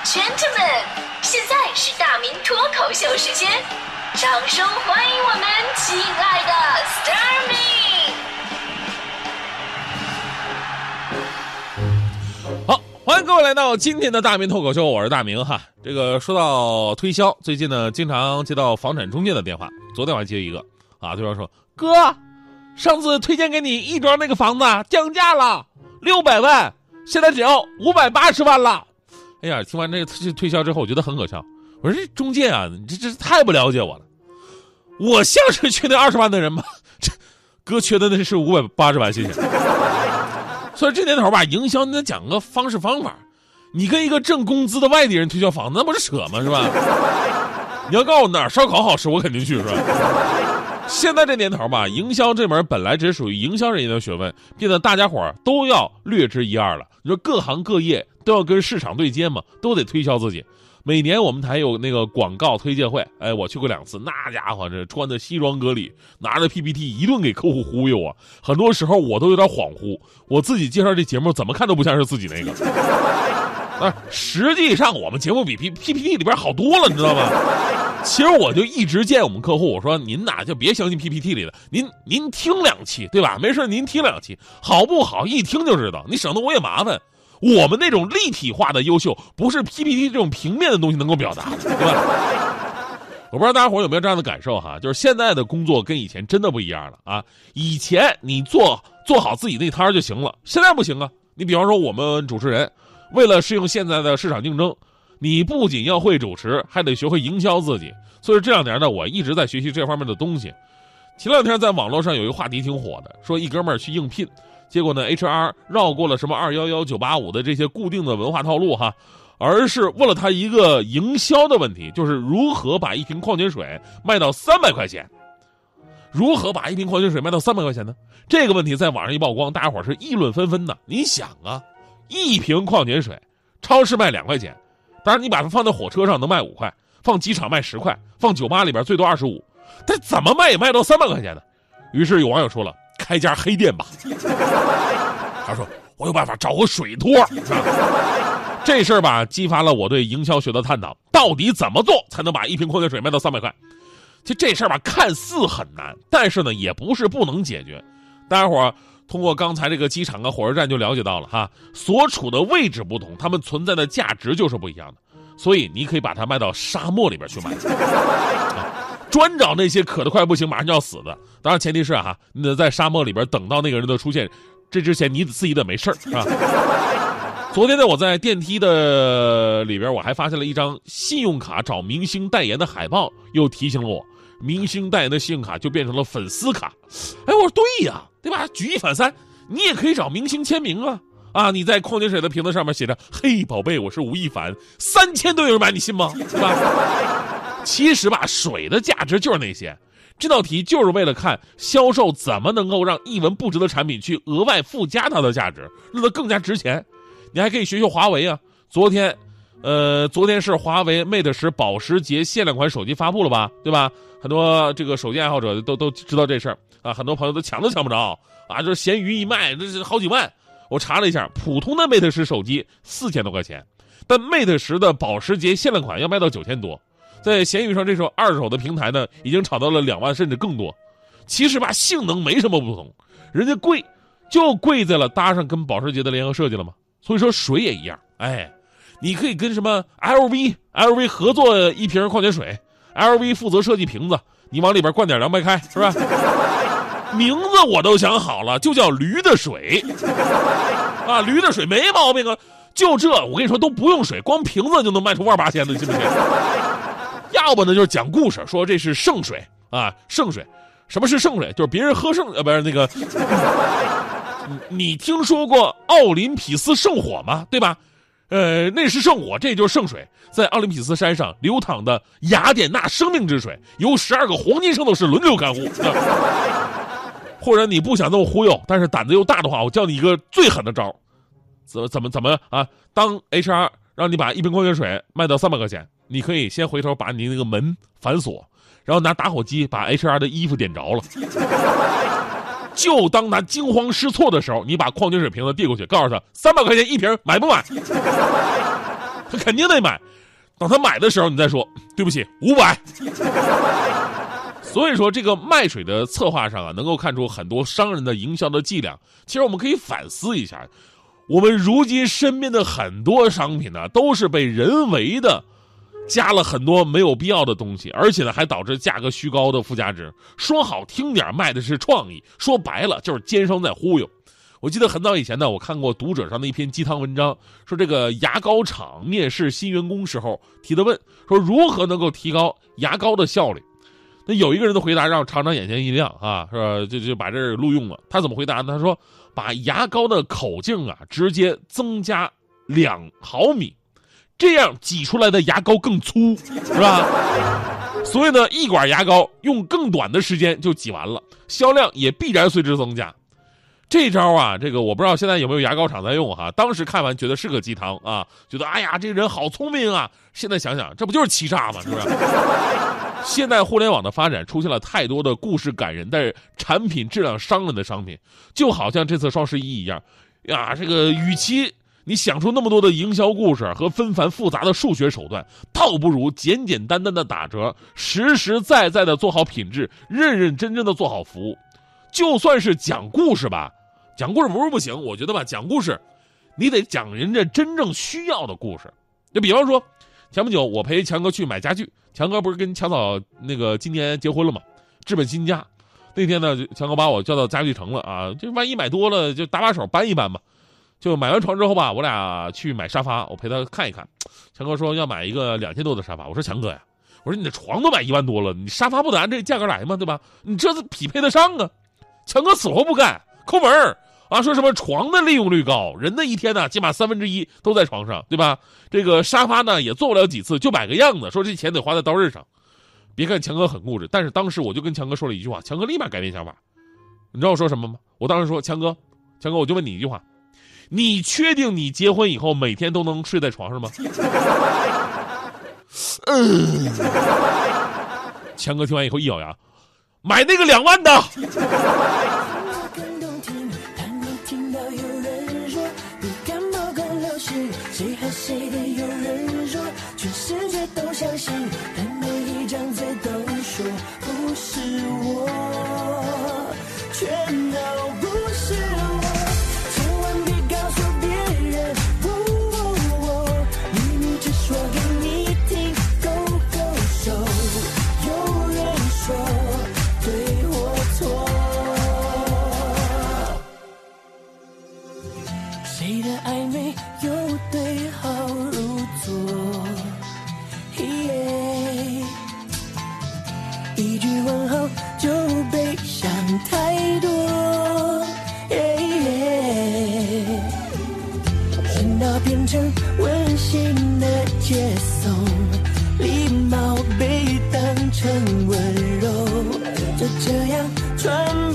gentlemen， 现在是大明脱口秀时间，掌声欢迎我们亲爱的 Starmin。好，欢迎各位来到今天的大明脱口秀，我是大明哈。这个说到推销，最近呢经常接到房产中介的电话，昨天我还接一个啊，对方说哥，上次推荐给你亦庄那个房子降价了600万，现在只要580万了。哎呀，听完这个推销之后，我觉得很可笑。我说这中介啊，你这太不了解我了。我像是缺那20万的人吗？这哥缺的那是580万，谢谢。所以这年头吧，营销你得讲个方式方法。你跟一个挣工资的外地人推销房子，那不是扯吗？是吧？你要告诉我哪儿烧烤好吃，我肯定去，是吧？现在这年头吧，营销这门本来只属于营销人员的学问，变得大家伙都要略知一二了。你说各行各业都要跟市场对接嘛，都得推销自己。每年我们台有那个广告推介会，哎，我去过2次，那家伙这穿的西装革履，拿着 PPT 一顿给客户忽悠啊，很多时候我都有点恍惚，我自己介绍这节目怎么看都不像是自己那个。实际上我们节目比 PPT 里边好多了，你知道吗？其实我就一直建议我们客户，我说您呐就别相信 PPT 里的，您听2期，对吧？没事您听2期，好不好一听就知道，你省得我也麻烦。我们那种立体化的优秀，不是 PPT 这种平面的东西能够表达的，对吧？我不知道大家伙有没有这样的感受哈，就是现在的工作跟以前真的不一样了啊！以前你做好自己那摊就行了，现在不行啊！你比方说我们主持人，为了适应现在的市场竞争，你不仅要会主持，还得学会营销自己。所以这2年呢，我一直在学习这方面的东西。前2天在网络上有一个话题挺火的，说一哥们儿去应聘，结果呢 HR 绕过了什么211、985的这些固定的文化套路哈，而是问了他一个营销的问题，就是如何把一瓶矿泉水卖到300块钱。如何把一瓶矿泉水卖到300块钱呢？这个问题在网上一曝光，大家伙是议论纷纷的。你想啊，一瓶矿泉水超市卖2块钱，当然你把它放在火车上能卖5块，放机场卖10块，放酒吧里边最多25，但怎么卖也卖到300块钱呢？于是有网友说了，开家黑店吧。他说我有办法找个水托。这事儿吧激发了我对营销学的探讨，到底怎么做才能把一瓶矿泉水卖到300块？其实这事儿吧看似很难，但是呢也不是不能解决。大家伙通过刚才这个机场和火车站就了解到了哈，所处的位置不同，它们存在的价值就是不一样的。所以你可以把它卖到沙漠里边去卖，专找那些渴得快不行马上就要死的。当然前提是哈，你得在沙漠里边等到那个人的出现，这之前你自己得没事儿啊。昨天呢，我在电梯的里边，我还发现了一张信用卡找明星代言的海报，又提醒了我，明星代言的信用卡就变成了粉丝卡。哎，我说对呀，对吧？举一反三，你也可以找明星签名啊。啊！你在矿泉水的瓶子上面写着“嘿，宝贝，我是吴亦凡”，3000都有人买，你信吗？对吧？其实吧，水的价值就是那些。这道题就是为了看销售怎么能够让一文不值的产品去额外附加它的价值，让它更加值钱。你还可以学学华为啊。昨天是华为 Mate 10保时捷限量款手机发布了吧？对吧？很多这个手机爱好者都知道这事儿啊，很多朋友都抢不着啊，就是闲鱼一卖，这是好几万。我查了一下，普通的 Mate 10手机4000多块钱，但 Mate 10的保时捷限量款要卖到9000多。在闲鱼上，这时候二手的平台呢，已经炒到了2万甚至更多。其实吧，性能没什么不同，人家贵就贵在了搭上跟保时捷的联合设计了嘛。所以说水也一样，哎，你可以跟什么 LV 合作一瓶矿泉水 ，LV 负责设计瓶子，你往里边灌点凉白开，是吧？名字我都想好了，就叫驴的水啊，驴的水没毛病啊。就这我跟你说都不用水，光瓶子就能卖出18000的，信不信？要不呢就是讲故事，说这是圣水啊，圣水。什么是圣水？就是别人喝不是那个你听说过奥林匹斯圣火吗？对吧？那是圣火，这就是圣水，在奥林匹斯山上流淌的雅典娜生命之水，由12个黄金圣斗士轮流看护。或者你不想这么忽悠，但是胆子又大的话，我教你一个最狠的招。怎么啊？当 HR 让你把一瓶矿泉水卖到300块钱，你可以先回头把你那个门反锁，然后拿打火机把 HR 的衣服点着了。就当他惊慌失措的时候，你把矿泉水瓶子递过去，告诉他300块钱一瓶，买不买？ 他肯定得买。等他买的时候，你再说对不起500。所以说，这个卖水的策划上啊，能够看出很多商人的营销的伎俩。其实我们可以反思一下，我们如今身边的很多商品呢，都是被人为的加了很多没有必要的东西，而且呢，还导致价格虚高的附加值。说好听点，卖的是创意；说白了，就是奸商在忽悠。我记得很早以前呢，我看过读者上的一篇鸡汤文章，说这个牙膏厂面试新员工时候提的问，说如何能够提高牙膏的效率。那有一个人的回答让厂长眼前一亮啊，是吧？就把这录用了。他怎么回答呢？他说把牙膏的口径啊直接增加2毫米，这样挤出来的牙膏更粗，是吧？所以呢，一管牙膏用更短的时间就挤完了，销量也必然随之增加。这招啊，这个我不知道现在有没有牙膏厂在用哈。当时看完觉得是个鸡汤啊，觉得哎呀，这个人好聪明啊。现在想想，这不就是欺诈吗？是不是？现代互联网的发展出现了太多的故事感人但产品质量伤人的商品，就好像这次双11一样呀。这个与其你想出那么多的营销故事和纷繁复杂的数学手段，倒不如简简单单的打折，实实在在的做好品质，认认真真的做好服务。就算是讲故事吧，讲故事不是不行，我觉得吧，讲故事你得讲人家真正需要的故事。就比方说前不久我陪强哥去买家具，强哥不是跟强嫂那个今年结婚了嘛，置办新家。那天呢，强哥把我叫到家具城了啊，就万一买多了就搭把手搬一搬嘛。就买完床之后吧，我俩去买沙发，我陪他看一看。强哥说要买一个2000多的沙发，我说强哥呀，我说你的床都买1万多了，你沙发不得按这个价格来吗？对吧？你这是匹配得上啊。强哥死活不干，抠门儿啊，说什么床的利用率高，人的一天呢起码1/3都在床上，对吧？这个沙发呢也做不了几次，就摆个样子，说这钱得花在刀刃上。别看强哥很固执，但是当时我就跟强哥说了一句话，强哥立马改变想法。你知道我说什么吗？我当时说，强哥，我就问你一句话，你确定你结婚以后每天都能睡在床上吗？强哥听完以后一咬牙，买那个2万的。 谁和谁的有人说，全世界都相信，但每一张嘴都说不是我，全都不是我。千万别告诉别人，秘密只说给你听，勾勾手。有人说对我错，谁的暧昧有对号入座，一句问候就悲伤太多，喧闹变成温馨的接送，礼貌被当成温柔，就这样传